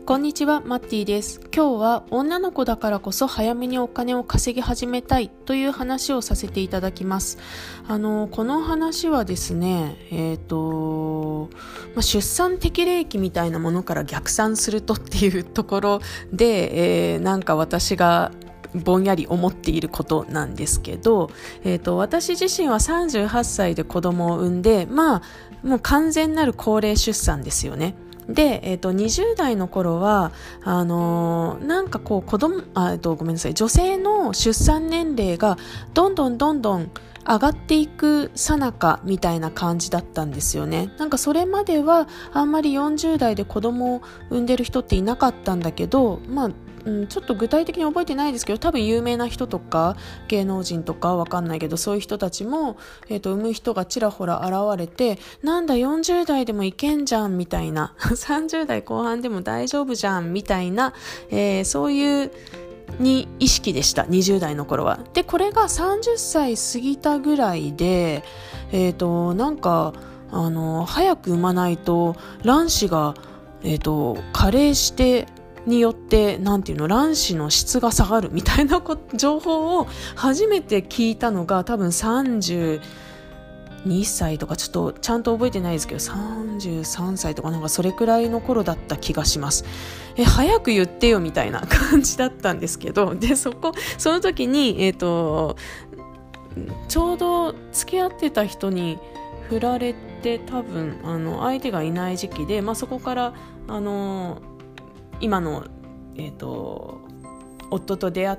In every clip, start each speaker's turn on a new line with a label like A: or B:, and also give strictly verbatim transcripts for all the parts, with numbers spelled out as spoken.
A: こんにちは、マッティです。今日は女の子だからこそ早めにお金を稼ぎ始めたいという話をさせていただきます。あのこの話はですね、えっと、まあ、出産適齢期みたいなものから逆算するとっていうところで、えー、なんか私がぼんやり思っていることなんですけど、えっと、私自身はさんじゅうはっさいで子供を産んで、まあ、もう完全なる高齢出産ですよね。で、えっと、にじゅう代の頃は、あのー、なんかこう子供、あ、えっと、ごめんなさい、女性の出産年齢がどんどんどんどん上がっていく最中みたいな感じだったんですよね。なんかそれまではあんまりよんじゅう代で子供を産んでる人っていなかったんだけど、まあ、うん、ちょっと具体的に覚えてないですけど、多分有名な人とか芸能人とかわかんないけど、そういう人たちも、えーと、産む人がちらほら現れて、なんだよんじゅう代でもいけんじゃんみたいなさんじゅう代後半でも大丈夫じゃんみたいな、えー、そういうに意識でした、にじゅう代の頃は。で、これがさんじゅっさい過ぎたぐらいで、えーと、なんかあの早く産まないと卵子が、えーと、加齢してによってなんていうの卵子の質が下がるみたいな情報を初めて聞いたのが多分さんじゅうにさいとか、ちょっとちゃんと覚えてないですけどさんじゅうさんさいとかなんかそれくらいの頃だった気がします。え早く言ってよみたいな感じだったんですけど、でそこその時に、えーと、ちょうど付き合ってた人に振られて、多分あの相手がいない時期で、まあ、そこからあの今の、えーと、夫と出会って、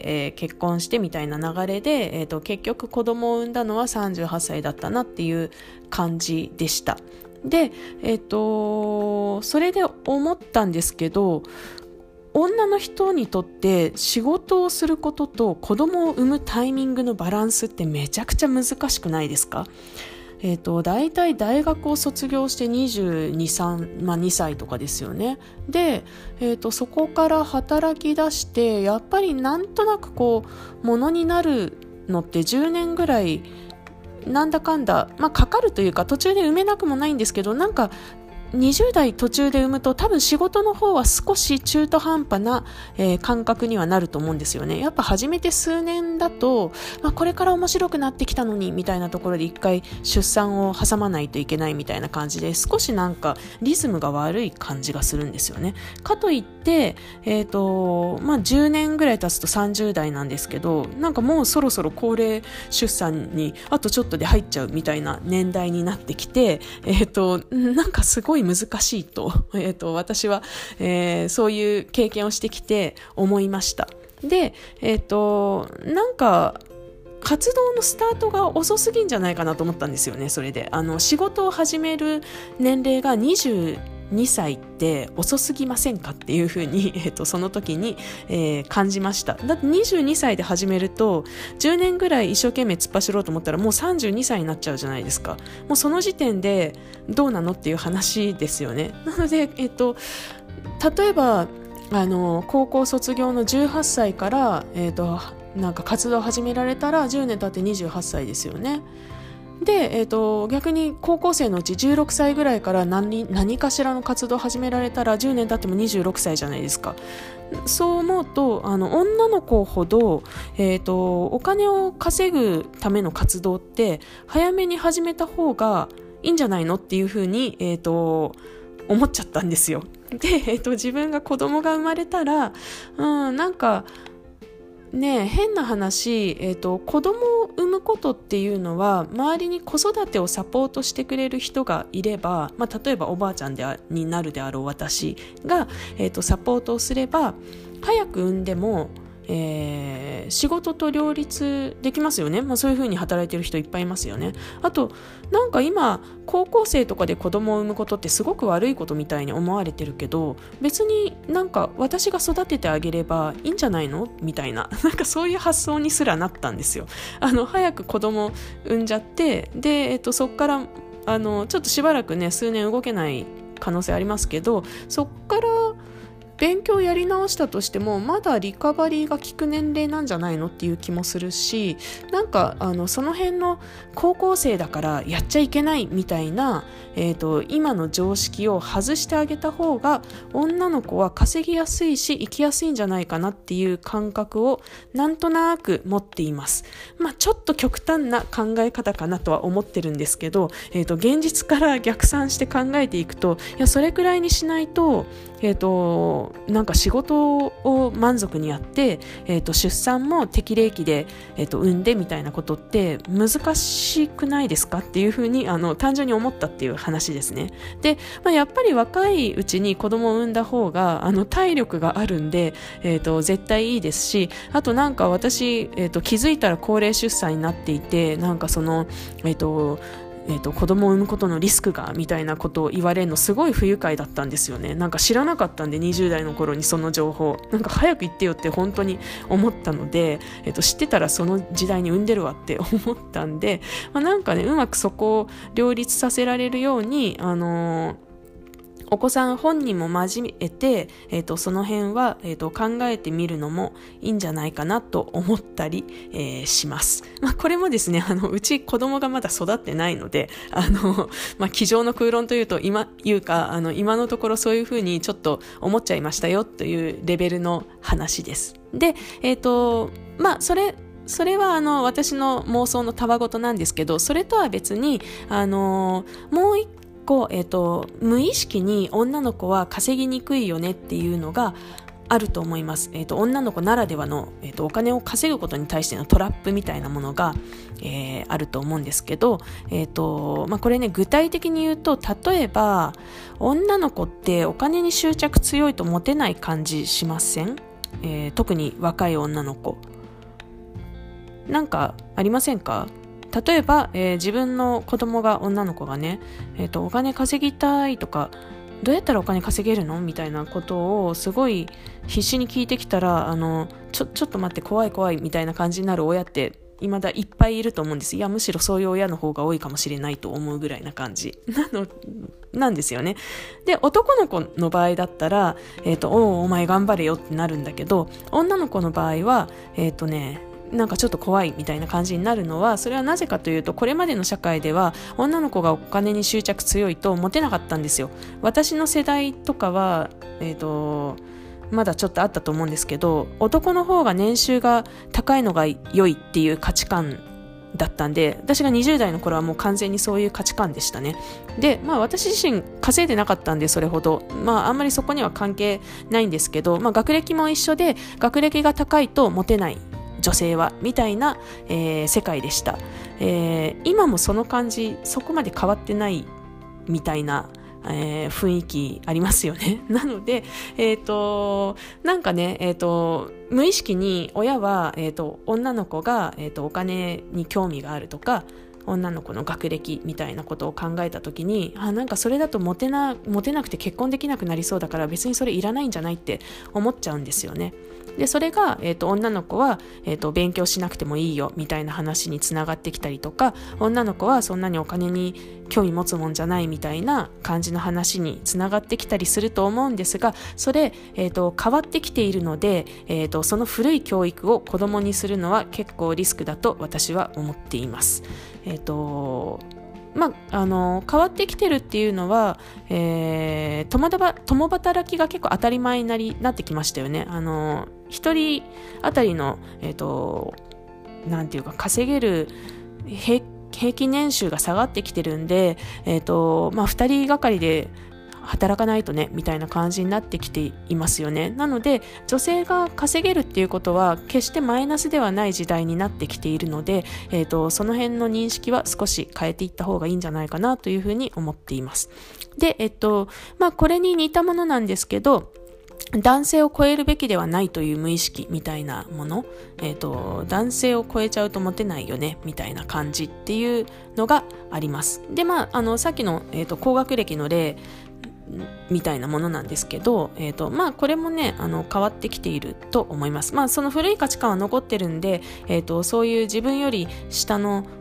A: えー、結婚してみたいな流れで、えーと、結局子供を産んだのはさんじゅうはっさいだったなっていう感じでした。で、えーと、それで思ったんですけど、女の人にとって仕事をすることと子供を産むタイミングのバランスってめちゃくちゃ難しくないですか？えーと、大体大学を卒業してにじゅうに、さん、まあ、にさいとかですよね。で、えーと、そこから働き出してやっぱりなんとなくこうものになるのってじゅうねんぐらいなんだかんだ、まあ、かかるというか途中で産めなくもないんですけど、なんかにじゅう代途中で産むと多分仕事の方は少し中途半端な、えー、感覚にはなると思うんですよね。やっぱ初めて数年だと、まあ、これから面白くなってきたのにみたいなところで一回出産を挟まないといけないみたいな感じで、少しなんかリズムが悪い感じがするんですよね。かといって、えーとまあ、じゅうねんぐらい経つとさんじゅう代なんですけど、なんかもうそろそろ高齢出産にあとちょっとで入っちゃうみたいな年代になってきて、えーとなんかすごい難しいと、えーと、私は、えー、そういう経験をしてきて思いました。で、えーと、なんか活動のスタートが遅すぎんじゃないかなと思ったんですよね。それであの仕事を始める年齢がにじゅうにさいって遅すぎませんかっていうふうに、えーと、その時に、えー、感じました。だってにじゅうにさいで始めるとじゅうねんぐらい一生懸命突っ走ろうと思ったらもうさんじゅうにさいになっちゃうじゃないですか。もうその時点でどうなのっていう話ですよね。なので、えーと、例えばあの高校卒業のじゅうはっさいから、えーと、なんか活動を始められたらじゅうねん経ってにじゅうはっさいですよね。で、えーと、逆に高校生のうちじゅうろくさいぐらいから何、何かしらの活動を始められたらじゅうねん経ってもにじゅうろくさいじゃないですか。そう思うとあの女の子ほど、えーと、お金を稼ぐための活動って早めに始めた方がいいんじゃないのっていうふうに、えーと、思っちゃったんですよ。で、えーと、自分が子供が生まれたら、うん、なんかねえ、変な話、えーと、子供を産むことっていうのは周りに子育てをサポートしてくれる人がいれば、まあ、例えばおばあちゃんであになるであろう私が、えーと、サポートをすれば早く産んでも、えー、仕事と両立できますよね。まあ、そういう風に働いてる人いっぱいいますよね。あとなんか今高校生とかで子供を産むことってすごく悪いことみたいに思われてるけど、別になんか私が育ててあげればいいんじゃないのみたいな、なんかそういう発想にすらなったんですよ。あの早く子供産んじゃってで、えっと、そっからあのちょっとしばらくね数年動けない可能性ありますけど、そっから勉強やり直したとしてもまだリカバリーが効く年齢なんじゃないのっていう気もするし、なんかあのその辺の高校生だからやっちゃいけないみたいな、えーと、今の常識を外してあげた方が女の子は稼ぎやすいし生きやすいんじゃないかなっていう感覚をなんとなく持っています。まあちょっと極端な考え方かなとは思ってるんですけど、えーと、現実から逆算して考えていくと、いやそれくらいにしないと、えーと、なんか仕事を満足にやって、えーと、出産も適齢期で、えーと、産んでみたいなことって難しくないですかっていうふうにあの単純に思ったっていう話ですね。で、まあ、やっぱり若いうちに子供を産んだ方があの体力があるんで、えーと、絶対いいですし、あとなんか私、えーと、気づいたら高齢出産になっていて、なんかその、えーとえーと、子供を産むことのリスクがみたいなことを言われるのすごい不愉快だったんですよね。なんか知らなかったんで、にじゅう代の頃にその情報なんか早く言ってよって本当に思ったので、えーと、知ってたらその時代に産んでるわって思ったんで、まあ、なんかねうまくそこを両立させられるようにあのーお子さん本人も交えて、えーと、その辺は、えーと、考えてみるのもいいんじゃないかなと思ったり、えー、します。まあ、これもですね、あの、うち子供がまだ育ってないので、あの、まあ、机上の空論というと、今、いうか、あの、今のところそういうふうにちょっと思っちゃいましたよというレベルの話です。で、えっと、まあ、それ、それはあの私の妄想のたわごとなんですけど、それとは別にあのもう一個、えーと、無意識に女の子は稼ぎにくいよねっていうのがあると思います。えーと、女の子ならではの、えーと、お金を稼ぐことに対してのトラップみたいなものが、えー、あると思うんですけど、えーとまあ、これね具体的に言うと、例えば女の子ってお金に執着強いとモテない感じしません？えー、特に若い女の子なんかありませんか？例えば、えー、自分の子供が女の子がね、えーと、お金稼ぎたいとか、どうやったらお金稼げるのみたいなことをすごい必死に聞いてきたら、あのちょ、ちょっと待って怖い怖いみたいな感じになる親って未だいっぱいいると思うんです。いやむしろそういう親の方が多いかもしれないと思うぐらいな感じなのなんですよね。で、男の子の場合だったら、えーと、おうお前頑張れよってなるんだけど、女の子の場合はえっとねなんかちょっと怖いみたいな感じになるのは、それはなぜかというと、これまでの社会では女の子がお金に執着強いとモテなかったんですよ。私の世代とかはえっとまだちょっとあったと思うんですけど、男の方が年収が高いのが良いっていう価値観だったんで、私がにじゅう代の頃はもう完全にそういう価値観でしたね。で、まあ私自身稼いでなかったんで、それほどまああんまりそこには関係ないんですけど、まあ学歴も一緒で、学歴が高いとモテない女性はみたいな、えー、世界でした、えー、今もその感じそこまで変わってないみたいな、えー、雰囲気ありますよね。なので、えーと、なんかね、えーと、無意識に親は、えーと、女の子が、えーと、お金に興味があるとか、女の子の学歴みたいなことを考えたときに、あ、なんかそれだとモテな、モテなくて結婚できなくなりそうだから別にそれいらないんじゃないって思っちゃうんですよね。でそれが、えーと、女の子は、えーと、勉強しなくてもいいよみたいな話につながってきたりとか、女の子はそんなにお金に興味持つもんじゃないみたいな感じの話につながってきたりすると思うんですが、それ、えーと、変わってきているので、えーと、その古い教育を子供にするのは結構リスクだと私は思っています。えーとまあ、あの変わってきてるっていうのは、えー、共だ共働きが結構当たり前になりなってきましたよね。あの一人当たりの、えーと、なんていうか稼げる平、平均年収が下がってきてるんで、えーとまあ、二人がかりで働かないとねみたいな感じになってきていますよね。なので女性が稼げるっていうことは決してマイナスではない時代になってきているので、えーと、その辺の認識は少し変えていった方がいいんじゃないかなというふうに思っています。で、えっとまあこれに似たものなんですけど、男性を超えるべきではないという無意識みたいなもの、えーと、男性を超えちゃうとモテないよねみたいな感じっていうのがあります。で、まあ、あのさっきの、えーと、高学歴の例みたいなものなんですけど、えーとまあ、これもねあの変わってきていると思います。まあ、その古い価値観は残ってるんで、えーと、そういう自分より下の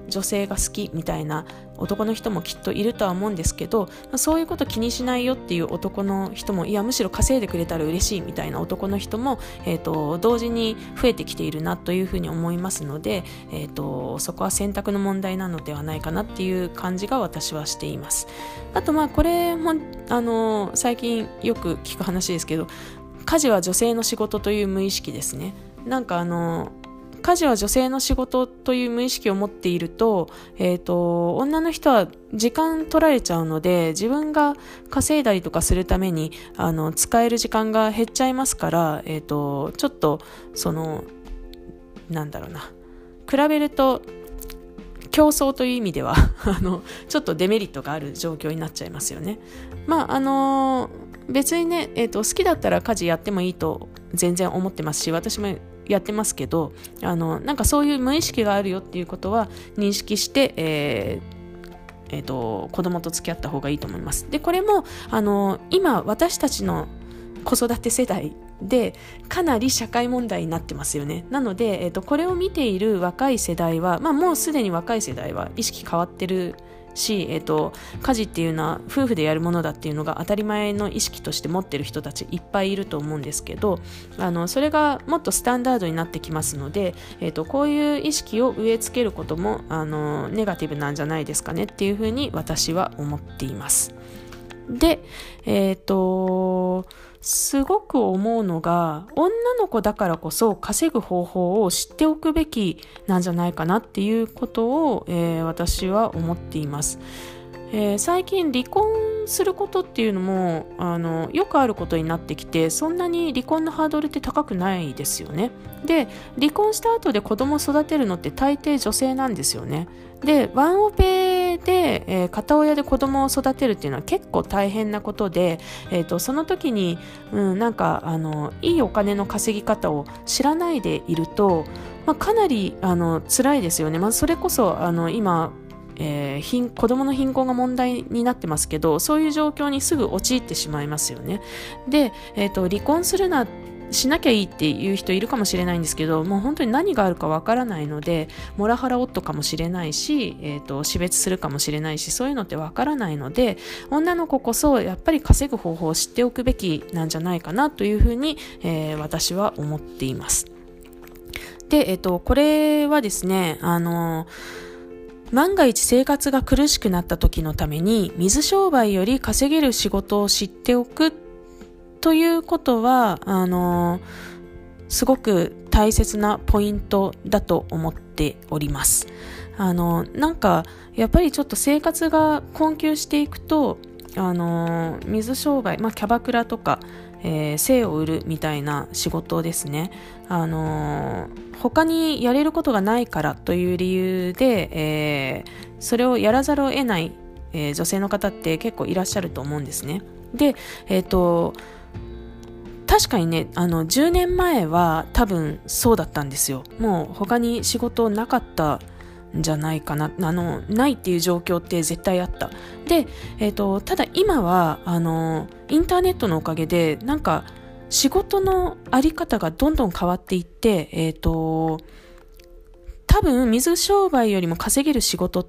A: 女性が好きみたいな男の人もきっといるとは思うんですけど、そういうこと気にしないよっていう男の人も、いやむしろ稼いでくれたら嬉しいみたいな男の人も、えーと、同時に増えてきているなというふうに思いますので、えーと、そこは選択の問題なのではないかなっていう感じが私はしています。あとまあこれもあの最近よく聞く話ですけど、家事は女性の仕事という無意識ですね。なんかあの家事は女性の仕事という無意識を持っていると、えーと、女の人は時間取られちゃうので、自分が稼いだりとかするためにあの使える時間が減っちゃいますから、えーと、ちょっとそのなんだろうな、比べると競争という意味ではあのちょっとデメリットがある状況になっちゃいますよね。まああの別にね、えーと、好きだったら家事やってもいいと全然思ってますし、私もやってますけど、あのなんかそういう無意識があるよっていうことは認識して、えーえーと、子供と付き合った方がいいと思います。でこれもあの今私たちの子育て世代でかなり社会問題になってますよね。なので、えーと、これを見ている若い世代は、まあ、もうすでに若い世代は意識変わってるし、えーと、家事っていうのは夫婦でやるものだっていうのが当たり前の意識として持ってる人たちいっぱいいると思うんですけど、あのそれがもっとスタンダードになってきますので、えーと、こういう意識を植え付けることもあのネガティブなんじゃないですかねっていうふうに私は思っています。で、えーとすごく思うのが、女の子だからこそ稼ぐ方法を知っておくべきなんじゃないかなっていうことを、えー、私は思っています。えー、最近離婚することっていうのもあのよくあることになってきて、そんなに離婚のハードルって高くないですよね。で離婚した後で子供を育てるのって大抵女性なんですよね。でワンオペで、えー、片親で子供を育てるっていうのは結構大変なことで、えーと、その時に、うん、なんかあのいいお金の稼ぎ方を知らないでいると、まあ、かなりあの辛いですよね。まあ、それこそあの今えー、貧子供の貧困が問題になってますけど、そういう状況にすぐ陥ってしまいますよね。で、えーと、離婚するなしなきゃいいっていう人いるかもしれないんですけど、もう本当に何があるかわからないので、モラハラ夫かもしれないし、えーと、死別するかもしれないし、そういうのってわからないので、女の子こそやっぱり稼ぐ方法を知っておくべきなんじゃないかなというふうに、えー、私は思っています。で、えーと、これはですね、あのー万が一生活が苦しくなった時のために水商売より稼げる仕事を知っておくということはあのすごく大切なポイントだと思っております。あのなんかやっぱりちょっと生活が困窮していくとあの水商売、まあ、キャバクラとかえー、性を売るみたいな仕事ですね。あのー、他にやれることがないからという理由で、えー、それをやらざるを得ない、えー、女性の方って結構いらっしゃると思うんですね。で、えっと、確かにね、あのじゅうねんまえは多分そうだったんですよ。もう他に仕事なかったじゃないかな、あのないっていう状況って絶対あった。で、えーと、ただ今はあのインターネットのおかげでなんか仕事のあり方がどんどん変わっていって、えーと多分水商売よりも稼げる仕事って、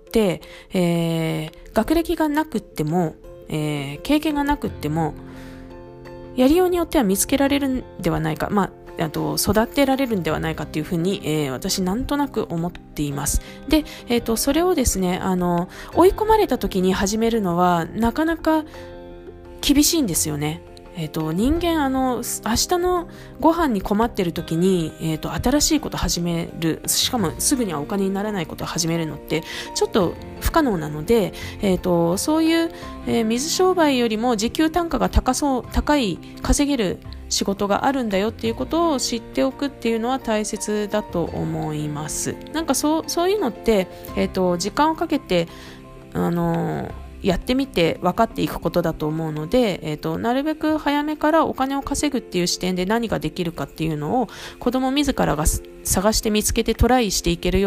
A: えー、学歴がなくっても、えー、経験がなくってもやりようによっては見つけられるんではないか、まああと育てられるんではないかっていうふうに、えー、私なんとなく思っています。で、えーと、それをですね、あの追い込まれた時に始めるのはなかなか厳しいんですよね。えーと、人間あの明日のご飯に困ってる時に、えーと、新しいことを始める、しかもすぐにはお金にならないことを始めるのってちょっと不可能なので、えーと、そういう、えー、水商売よりも時給単価が高そう高い稼げる仕事があるんだよっていうことを知っておくっていうのは大切だと思います。なんかそう、そういうのって、えーと、時間をかけてあのーやってみて分かっていくことだと思うので、えーと、なるべく早めからお金を稼ぐっていう視点で何ができるかっていうのを子供自らが探して見つけてトライしていけるよう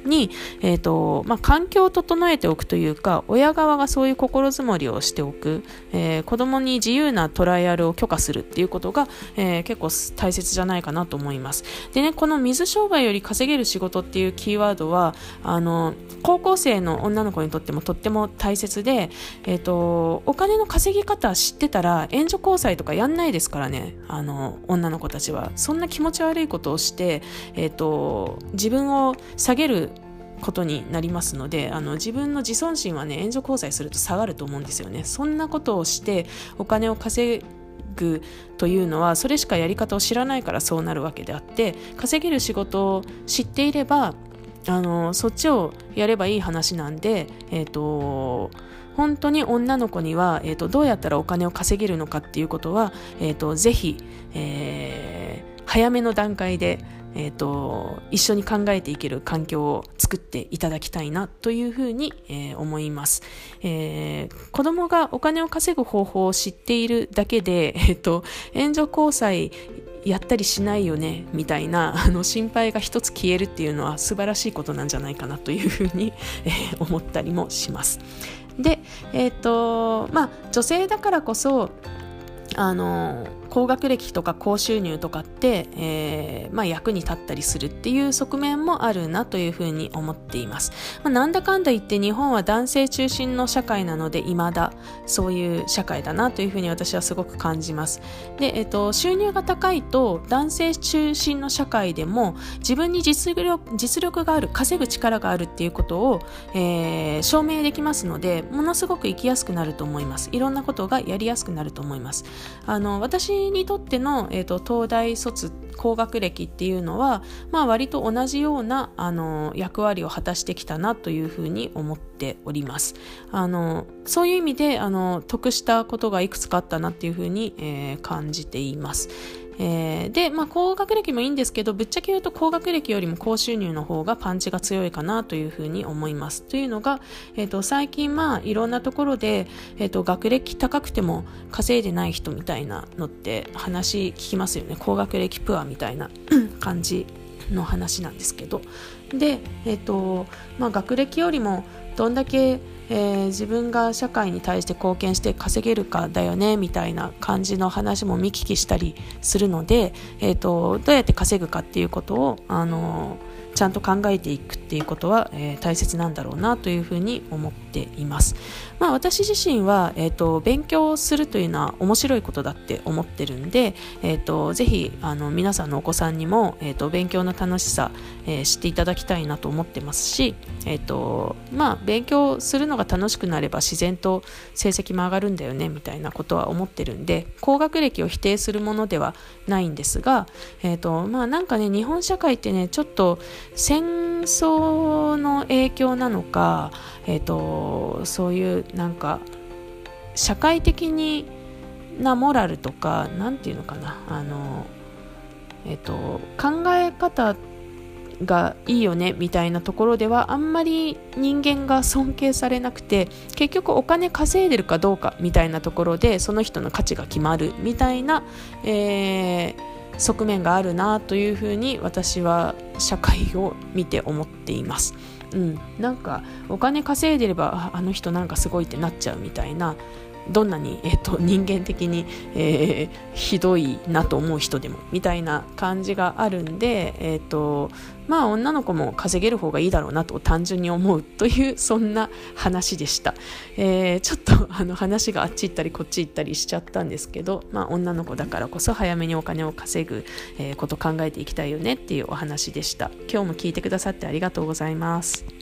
A: に、えーとまあ、環境を整えておくというか、親側がそういう心づもりをしておく、えー、子供に自由なトライアルを許可するっていうことが、えー、結構大切じゃないかなと思います。でね、この水商売より稼げる仕事っていうキーワードは、あの高校生の女の子にとってもとっても大切で、えーと、お金の稼ぎ方知ってたら援助交際とかやんないですからね。あの女の子たちはそんな気持ち悪いことをして、えーと、自分を下げることになりますので、あの自分の自尊心はね、援助交際すると下がると思うんですよね。そんなことをしてお金を稼ぐというのは、それしかやり方を知らないからそうなるわけであって、稼げる仕事を知っていれば、あのそっちをやればいい話なんで、えーと本当に女の子には、えーとどうやったらお金を稼げるのかっていうことは、えーとぜひ、えー、早めの段階でえーと、一緒に考えていける環境を作っていただきたいなというふうに、えー、思います。えー、子供がお金を稼ぐ方法を知っているだけで、えーと、援助交際やったりしないよねみたいなあの心配が一つ消えるっていうのは素晴らしいことなんじゃないかなというふうに、えー、思ったりもします。で、えーとまあ、女性だからこそあの高学歴とか高収入とかって、えーまあ、役に立ったりするっていう側面もあるなというふうに思っています。まあ、なんだかんだ言って日本は男性中心の社会なので、未だそういう社会だなというふうに私はすごく感じます。で、えっと、収入が高いと男性中心の社会でも自分に実力、実力がある、稼ぐ力があるっていうことを、えー、証明できますので、ものすごく生きやすくなると思います。いろんなことがやりやすくなると思います。あの私にとっての、えーと、東大卒高学歴っていうのは、まあ、割と同じようなあの役割を果たしてきたなというふうに思っております。あのそういう意味であの得したことがいくつかあったなっていうふうに、えー、感じています。えー、で、まあ、高学歴もいいんですけど、ぶっちゃけ言うと高学歴よりも高収入の方がパンチが強いかなというふうに思います。というのが、えーと、最近まあいろんなところで、えーと、学歴高くても稼いでない人みたいなのって話聞きますよね。高学歴プアみたいな感じの話なんですけど、で、えーとまあ、学歴よりもどんだけえー、自分が社会に対して貢献して稼げるかだよねみたいな感じの話も見聞きしたりするので、えーと、どうやって稼ぐかっていうことを、あのーちゃんと考えていくっていうことは、えー、大切なんだろうなというふうに思っています。まあ、私自身は、えーと、勉強するというのは面白いことだって思ってるんで、えーと、ぜひあの皆さんのお子さんにも、えーと、勉強の楽しさ、えー、知っていただきたいなと思ってますし、えーとまあ、勉強するのが楽しくなれば自然と成績も上がるんだよねみたいなことは思ってるんで、高学歴を否定するものではないんですが、えーとまあ、なんかね、日本社会ってね、ちょっと戦争の影響なのか、えーと、そういうなんか社会的になモラルとか、なんていうのかな、あの、えーと、考え方がいいよねみたいなところではあんまり人間が尊敬されなくて、結局お金稼いでるかどうかみたいなところでその人の価値が決まるみたいな、えー側面があるなというふうに私は社会を見て思っています。うん、なんかお金稼いでれば あ, あの人なんかすごいってなっちゃうみたいな、どんなに、えーと、人間的に、えー、ひどいなと思う人でもみたいな感じがあるんで、えーとまあ、女の子も稼げる方がいいだろうなと単純に思うという、そんな話でした。えー、ちょっとあの話があっち行ったりこっち行ったりしちゃったんですけど、まあ、女の子だからこそ早めにお金を稼ぐ、えー、ことを考えていきたいよねっていうお話でした。今日も聞いてくださってありがとうございます。